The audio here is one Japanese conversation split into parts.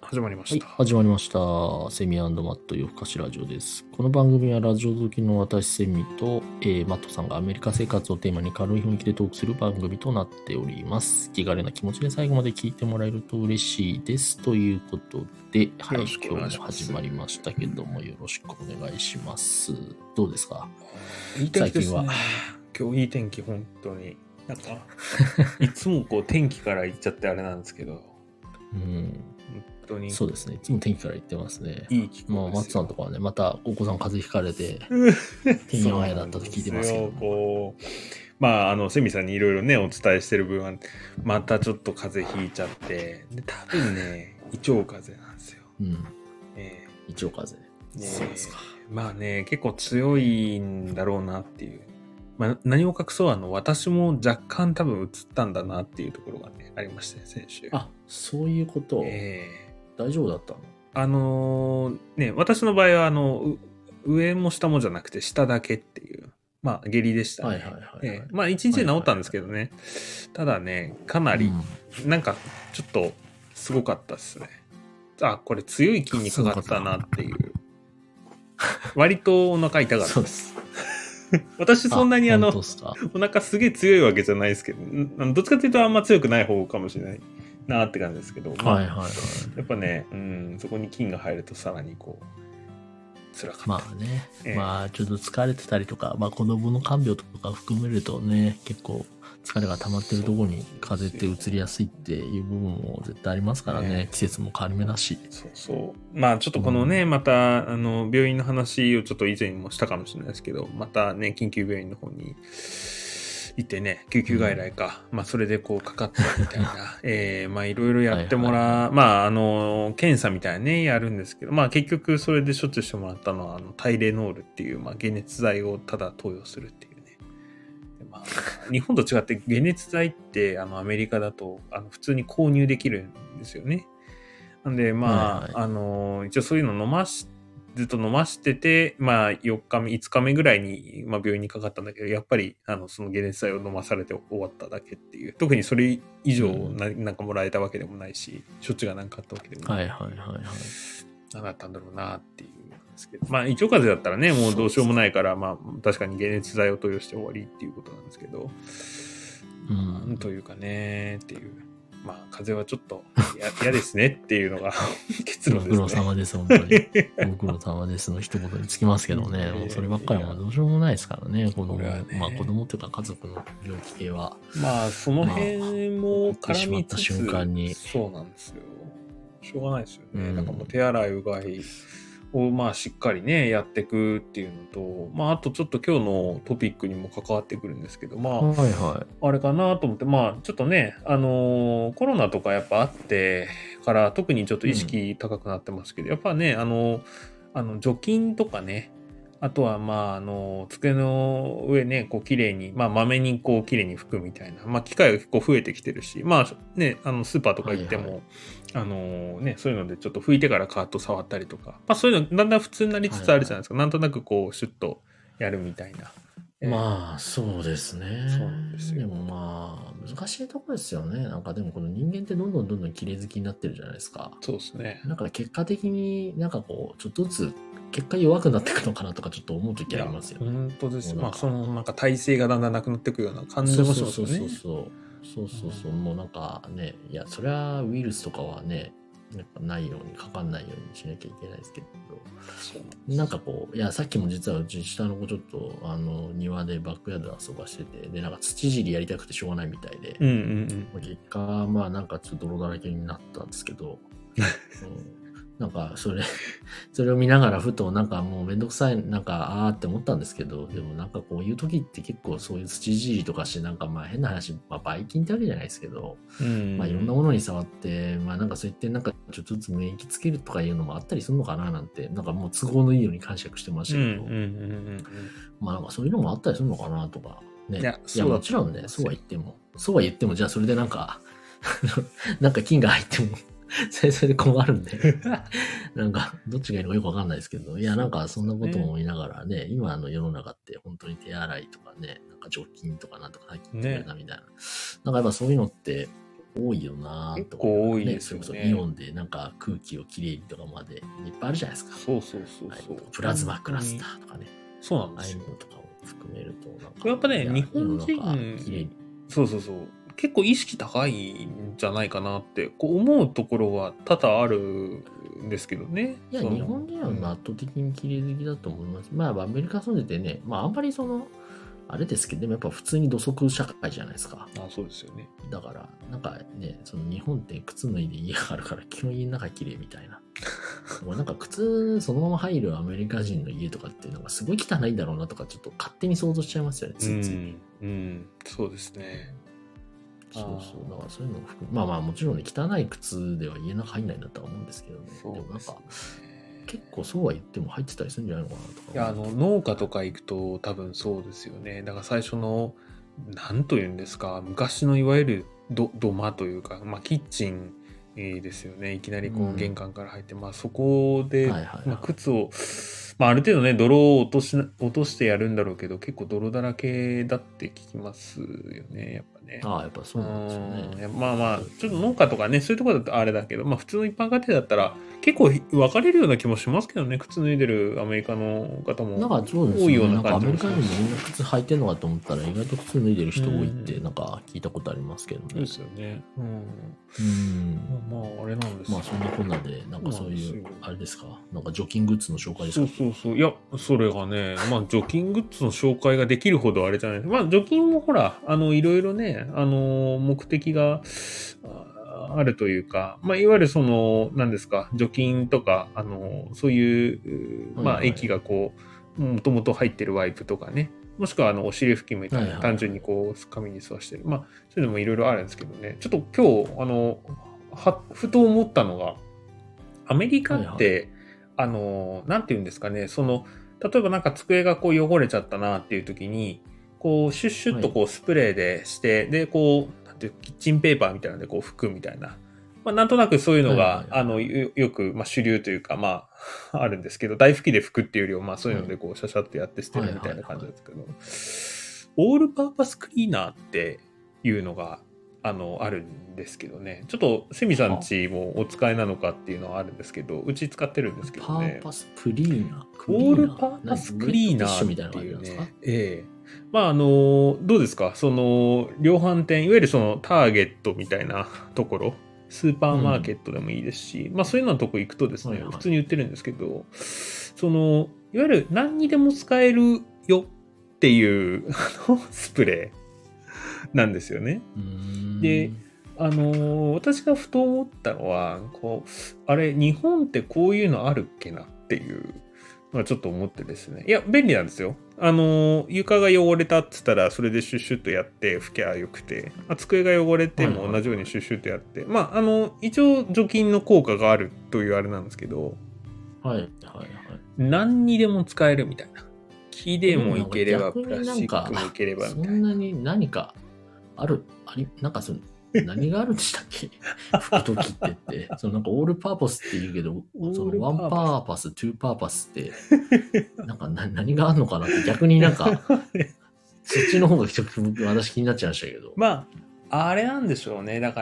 始まりまはい、 した。 始まりました。セミ&マット夜更かしラジオです。この番組はラジオ好きの私セミと、マットさんがアメリカ生活をテーマに軽い雰囲気でトークする番組となっております。気軽な気持ちで最後まで聞いてもらえると嬉しいです。ということで、はい、 よろしくお願今日もいします始まりましたけども、よろしくお願いします。どうですか？ いい天気ですね。 最近は。 今日いい天気、本当に。なんか、いつもこう天気から言っちゃってあれなんですけど、 うん、 本当にそうですね。いつも天気から言ってますね。 いい気候まあ、マットですよ。 さんとかはね、またお子さん風邪ひかれて、てんやわんやだったと聞いてますけども。 こう、まあ、セミさんにいろいろね、お伝えしてる分は、またちょっと風邪ひいちゃって、で、多分ね、胃腸風邪なんですよ。 うん。 え胃腸風邪。そうですか。 まあね、結構強いんだろうなっていう。まあ、何を隠そう私も若干多分映ったんだなっていうところがね、ありまして、先週。 あ、そういうこと。大丈夫だったの？ ね、私の場合は上も下もじゃなくて下だけっていう、まあ下痢でしたね。 はいはいはいはいまあ一日で治ったんですけどね。ただね、かなり、なんかちょっとすごかったですね。あ、これ強い菌にかかったなっていう。割とお腹痛かった。 そうです。 私そんなに本当っすか？ お腹すげえ強いわけじゃないですけど、どっちかっていうとあんま強くない方かもしれないなって感じですけど、まあ、 はいはいはい。 やっぱね、そこに菌が入るとさらにこう、辛かった。 まあね、まあちょっと疲れてたりとか、まあ子供の看病とか含めるとね、結構疲れが溜まってるところに風邪って移りやすいっていう部分も絶対ありますからね、季節も変わり目だし。 そうそう。まあちょっとこのね、また病院の話をちょっと以前にもしたかもしれないですけど、またね、緊急病院の方に行ってね、救急外来か、まあそれでこうかかったみたいな、まあいろいろやってもらう、まあ検査みたいなね、やるんですけど、まあ結局それで処置してもらったのは、タイレノールっていう、まあ解熱剤をただ投与するっていうね。まあ、日本と違って解熱剤ってアメリカだと普通に購入できるんですよね。なんでまあ、一応そういうのずっと飲ましてて、まあ4日目、5日目ぐらいに、まあ、病院にかかったんだけど、やっぱりその解熱剤を飲まされて終わっただけっていう、特にそれ以上なんかもらえたわけでもないし、処置がなんかあったわけでもない。何だったんだろうなっていうんですけど、まあ胃腸風邪だったらね、もうどうしようもないから、まあ確かに解熱剤を投与して終わりっていうことなんですけど、なんというかねっていう。まあ、風邪はちょっと嫌ですねっていうのが結論ですね。 ご苦労様です、本当に。ご苦労様ですの一言につきますけどね。もうそればっかりはどうしようもないですからね、子供。まあ子供というか家族の病気系は。 まあ、その辺も絡みつつ、 瞬間に。 そうなんですよ。しょうがないですよね。なんかもう手洗いうがいをまあしっかりね、やっていくっていうのと、まああとちょっと今日のトピックにも関わってくるんですけど、まあ、あれかなと思って、まあちょっとね、コロナとかやっぱあってから特にちょっと意識高くなってますけど、やっぱね、除菌とかね、あとはまあ机の上ねこう綺麗にまあまめにこう綺麗に拭くみたいなまあ機会が結構増えてきてるしまあねスーパーとか行っても、ねそういうのでちょっと拭いてからカート触ったりとかまあそういうのだんだん普通になりつつあるじゃないですか、なんとなくこうシュッとやるみたいな。 まあそうですね。 そうなんですよ。 でもまあ難しいところですよね。なんかでもこの人間ってどんどん綺麗好きになってるじゃないですか。 そうですね。 なんか結果的になんかこうちょっとずつ結果弱くなっていくのかなとかちょっと思う時ありますよね。 本当です。まあそのなんか体勢がだんだんなくなっていくような感じもしますよね。 そうもうなんかね、いやそれはウイルスとかはね、やっぱないようにかかんないようにしなきゃいけないですけど、なんかこういやさっきも実はうち下の子ちょっと庭でバックヤード遊ばしててでなんか土いじりやりたくてしょうがないみたいで、結果まあなんかちょっと泥だらけになったんですけど。なんかそれを見ながらふとなんかもうめんどくさいなんかって思ったんですけど、でもなんかこういう時って結構そういう土いじりとかしてなんかまあ変な話、まあばい菌ってわけじゃないですけど、まあいろんなものに触ってまあなんかそうやってなんかちょっとずつ免疫つけるとかいうのもあったりするのかななんてなんかもう都合のいいように解釈してましたけど、まあなんかそういうのもあったりするのかなとかね。いやもちろんねそうは言ってもじゃあそれでなんかなんか菌が入ってもそれで困るんでなんかどっちがいいのかよくわかんないですけど、いやなんかそんなことも思いながらね、今の世の中って本当に手洗いとかね、なんか除菌とかなんとか入ってくるなみたいな、なんかやっぱそういうのって多いよなぁと結構多いね、 ですよね。 それこそイオンでなんか空気をきれいにとかまでいっぱいあるじゃないですか。 そうそうそうそう。 プラズマクラスターとかね。 そうなんああいうですよ。 のとかを含めると、なんか。 やっぱね、 いや日本世の中人、 きれいに。 そうそうそう。結構意識高いんじゃないかなってこう思うところは多々あるんですけどね。 いや、日本人は圧倒的に綺麗好きだと思います。まあ、アメリカ住んでてね、まあ、あんまりあれですけど、でもやっぱ普通に土足社会じゃないですか。 あ、そうですよね。 だから、なんかね、日本って靴脱いで家があるから、基本家の中綺麗みたいな。もうなんか靴そのまま入るアメリカ人の家とかって、なんかすごい汚いんだろうなとか、ちょっと勝手に想像しちゃいますよね、ついつい。 そうですね。 そうそう。だからそういうのを含め、まあまあもちろんね、汚い靴では家の中入んないんだとは思うんですけどね。 そうでもなんか、 ですね。 結構そうは言っても入ってたりするんじゃないのかなとか。 いや、農家とか行くと多分そうですよね。だから最初の、なんというんですか、昔のいわゆる土間というか、まあキッチンですよね。いきなりこう玄関から入って、まあそこで、 はいはいはいまあ靴を、まあある程度ね、泥を落としてやるんだろうけど、結構泥だらけだって聞きますよね、やっぱね。 ああ、やっぱそうなんですよね。 まあまあ、ちょっと農家とかね、そういうところだとあれだけど、まあ普通の一般家庭だったら、結構分かれるような気もしますけどね、靴脱いでるアメリカの方もなんかそうです多いようね。なんかアな感じメリカ人ももしますみんな靴履いてるのかと思ったら、意外と靴脱いでる人多いって、 うんなんか聞いたことありますけどね。 そうですよね。 うん。 まあ、あれなんですよまあそんなこんなで、なんかそういう、あれですか、なんか除菌グッズの紹介ですそか。 うそうそう。いや、それがね、まあ、除菌グッズの紹介ができるほどあれじゃない。まあ、除菌もほら、いろいろね、目的があるというか、まあ、いわゆる何ですか、除菌とか、そういう、まあ、 はいはい液がこう、もともと入ってるワイプとかね、もしくはお尻拭きみたいな、 はいはい単純にこう、紙に吸わしてる。まあ、そういうのもいろいろあるんですけどね、ちょっと今日、ふと思ったのが、アメリカって、なんて言うんですかね、例えばなんか机がこう汚れちゃったなっていう時に、こう、シュッシュッとこうスプレーでして、で、こう、なんていう、キッチンペーパーみたいなのでこう拭くみたいな。まあ、なんとなくそういうのが、よく、まあ、主流というか、まあ、あるんですけど、大拭きで拭くっていうよりは、まあ、そういうのでこう、シャシャッとやって捨てるみたいな感じなんですけど、オールパーパスクリーナーっていうのが、あるんですけどね。ちょっと、セミさんちもお使いなのかっていうのはあるんですけど、うち使ってるんですけどね。 パーパスクリーナー。 オールパーパスクリーナーっていうね。まあ、どうですか量販店、いわゆるターゲットみたいなところ、スーパーマーケットでもいいですし、まあそういうようなとこ行くとですね、普通に売ってるんですけど、いわゆる何にでも使えるよっていうスプレーなんですよね。で、私がふと思ったのは、あれ、日本ってこういうのあるっけなっていうのはちょっと思ってですね。いや、便利なんですよ。床が汚れたって言ったら、それでシュッシュッとやって拭きゃよくて、机が汚れても同じようにシュッシュッとやって、まあ、一応除菌の効果があるというあれなんですけど、何にでも使えるみたいな。木でもいければ、プラスチックもいければみたいな。 そんなに何かなんか何があるんでしたっけ拭くときって言って。なんかオールパーパスって言うけど、ワンパーパス、ツーパーパスって、なんか何があるのかなって逆になんか、そっちの方が私気になっちゃいましたけど。 まあ、あれなんでしょうね。だから、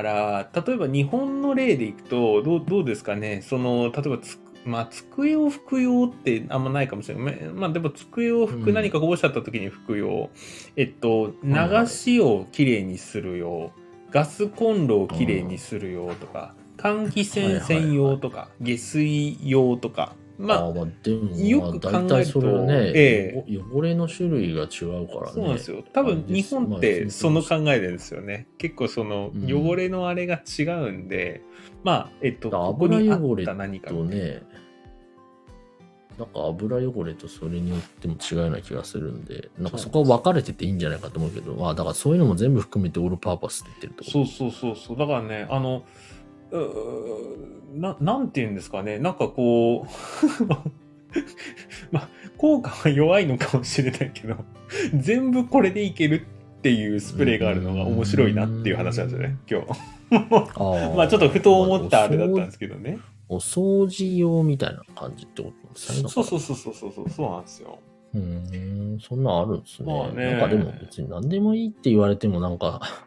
例えば日本の例でいくと、どうですかね。例えばまあ、机を拭く用ってあんまないかもしれない。まあ、でも机を拭く、何かこぼしちゃった時に拭く用。流しをきれいにする用。ガスコンロをきれいにする用とか、換気扇専用とか、下水用とか。まあ、 でもよく考えると、 汚れの種類が違うからね。 そうなんですよ。多分日本ってその考えですよね。結構汚れのあれが違うんで、まあ、ここにあった何か。 なんか油汚れとそれによっても違うような気がするんで、なんかそこは分かれてていいんじゃないかと思うけど、だからそういうのも全部含めてオールパーパスって言ってるところ。そう。だからね、なんて言うんですかね、なんかこう、まあ、効果は弱いのかもしれないけど、全部これでいけるっていうスプレーがあるのが面白いなっていう話なんですよね、今日。まあちょっとふと思ったあれだったんですけどね。 お掃除用みたいな感じってことなんですね。 そうなんですよ。 そんなんあるんですね。なんかでも別に何でもいいって言われてもなんか、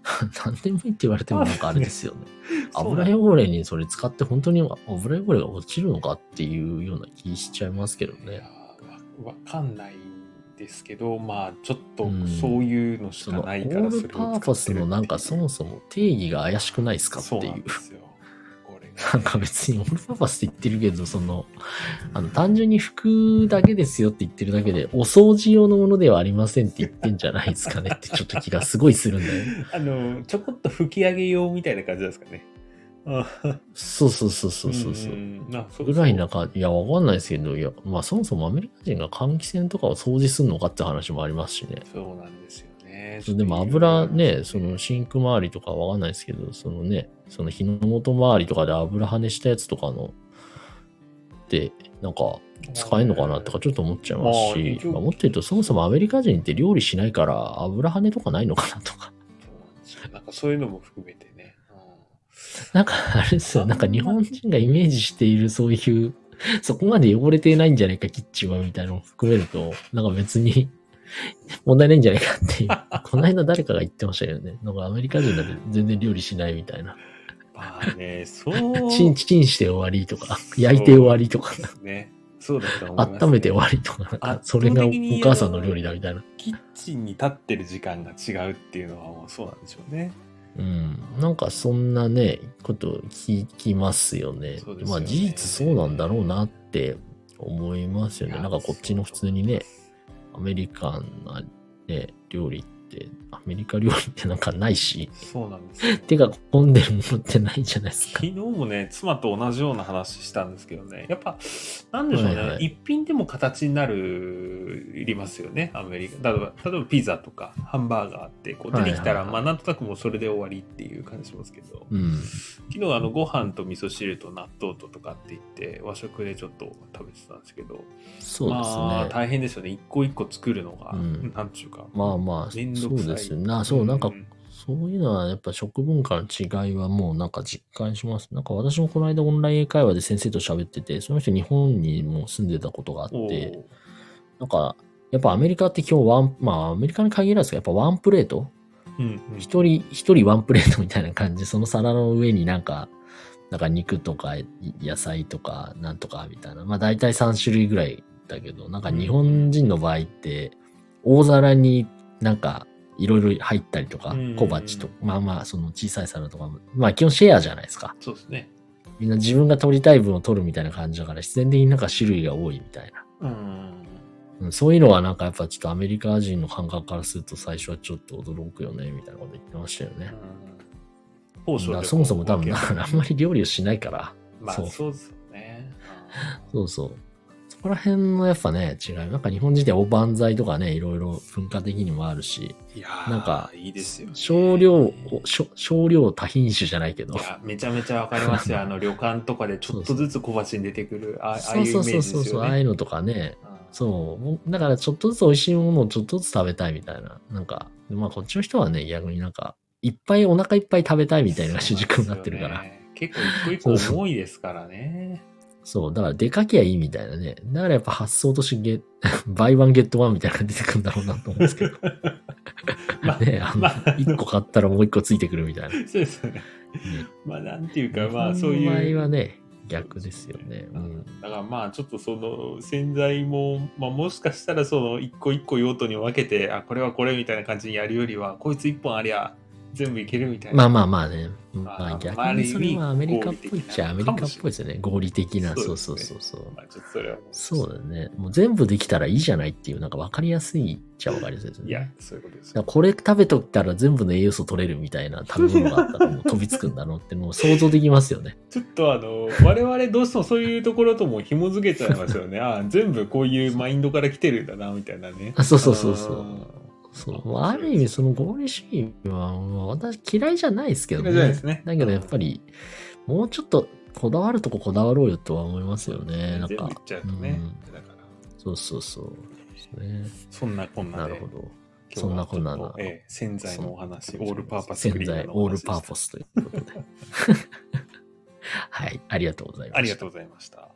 何でもいいって言われてもなんかあれですよね。 そうなん油汚れにそれ使って本当に油汚れが落ちるのかっていうような気しちゃいますけどいやね。 わかんないですけど、まあちょっとうんそういうのしかそのオないからールそれをパーパス使ってるっていう。 のなんかそもそも定義が怪しくないですかってそういう。 なんですよ。これがねなんか別にオールパーパスって言ってるけど、単純に服だけですよって言ってるだけで、お掃除用のものではありませんって言ってんじゃないですかねってちょっと気がすごいするんだよね。 ちょこっと吹き上げ用みたいな感じなんですかね。 そうそうそうそうそう。ぐらいなんか、いや、わかんないですけど、いや、まあそもそもアメリカ人が換気扇とかを掃除するのかって話もありますしね。 そうなんですよね。 でも油ね、そのシンク周りとかわかんないですけど、そのね、その火の元周りとかで油跳ねしたやつとかの、で、なんか使えんのかなとかちょっと思っちゃいますし、まあ、もっと言うとそもそもアメリカ人って料理しないから油跳ねとかないのかなとか。 なんかそういうのも含めてね。 なんかあれですよ、なんか日本人がイメージしているそういう、そこまで汚れてないんじゃないか、キッチンはみたいなのを含めると、なんか別に問題ないんじゃないかっていう。この間誰かが言ってましたけどね。なんかアメリカ人だって全然料理しないみたいな。 まあね、そう。 チンして終わりとか、焼いて終わりとか。 ね。そうだと思います、ね。 温めて終わりとか、なんかそれがお母さんの料理だみたいな。 キッチンに立ってる時間が違うっていうのはもうそうなんでしょうね。 うん。なんかそんなね、こと聞きますよね。 そうですよね。 まあ事実そうなんだろうなって思いますよね。なんかこっちの普通にね、アメリカンな、ね、料理って、アメリカ料理ってなんかないし。 そうなんですよ。 手が込んでるものってないじゃないですか。 昨日もね、妻と同じような話したんですけどね。やっぱ、なんでしょうね。 はいはい、 一品でも形にいりますよね、アメリカ。例えばピザとかハンバーガーってこう出てきたら、まあなんとなくもうそれで終わりっていう感じしますけど。 うん、 昨日ご飯と味噌汁と納豆とかって言って和食でちょっと食べてたんですけど、 そうですね。 まあ大変ですよね。一個一個作るのが、なんていうか。 まあまあ、 めんどくさい。 そうですね。そう、なんか、そういうのはやっぱ食文化の違いはもうなんか実感します。なんか私もこの間オンライン英会話で先生と喋ってて、その人日本にも住んでたことがあって、なんか、やっぱアメリカって今日まあアメリカに限らずやっぱワンプレート一人ワンプレートみたいな感じで、その皿の上になんか肉とか野菜とかなんとかみたいな。まあ大体3種類ぐらいだけど、なんか日本人の場合って、大皿になんかいろいろ入ったりとか、小鉢とか、まあまあその小さい皿とかも、まあ基本シェアじゃないですか。 そうですね。 みんな自分が取りたい分を取るみたいな感じだから、自然的になんか種類が多いみたいな。そういうのはなんかやっぱちょっとアメリカ人の感覚からすると最初はちょっと驚くよね、みたいなこと言ってましたよね。そもそも多分だからあんまり料理をしないから。 まあそうですよね。 そうそう。そこら辺のやっぱね、違い。なんか日本人でおばんざいとかね、いろいろ文化的にもあるし。 いやなんか、 いいですよ、ね。 少量多品種じゃないけど。 いや、めちゃめちゃわかりますよ。旅館とかでちょっとずつ小鉢に出てくる、ああいうイメージですよね。 そう、ああいうのとかね。そう。だからちょっとずつ美味しいものをちょっとずつ食べたいみたいな。なんか、まあこっちの人はね、逆になんか、お腹いっぱい食べたいみたいな主軸になってるから。 結構一個一個重いですからね。 そう、だから出かけやいいみたいなね。だからやっぱ発想としてバイワンゲットワンみたいなのが出てくるんだろうなと思うんですけど。ね、1個買ったらもう1個ついてくるみたいな。 そうですよね。まあなんていうか、まあそういう。場合はね、逆ですよね。 だからまあちょっとその洗剤も、まあもしかしたらその一個一個用途に分けて、これはこれみたいな感じにやるよりは、こいつ一本ありゃ全部いけるみたいな。 まあね。まあ逆にそれはアメリカっぽいっちゃアメリカっぽいですよね。合理的な。そう。 まあちょっとそれはそうだね。もう全部できたらいいじゃないっていう、なんか分かりやすいっちゃ分かりやすいですね。 いや、そういうことです。 これ食べとったら全部の栄養素取れるみたいな食べ物があったらもう飛びつくんだろうってもう想像できますよね。 ちょっと我々どうしてもそういうところとも紐づけちゃいますよね。全部こういうマインドから来てるんだな、みたいなね。 そう。そう。ある意味その合理主義は、私嫌いじゃないですけどね。 嫌いじゃないですね。 だけどやっぱり、もうちょっとこだわるとここだわろうよとは思いますよね。なんか。 全部言っちゃうとね。だから。 そうですね。 そんなこんなで。 なるほど。そんなこんなの。 洗剤のお話、オールパーパスクリーナーのオールパーパスということで。はい。ありがとうございました。 ありがとうございました。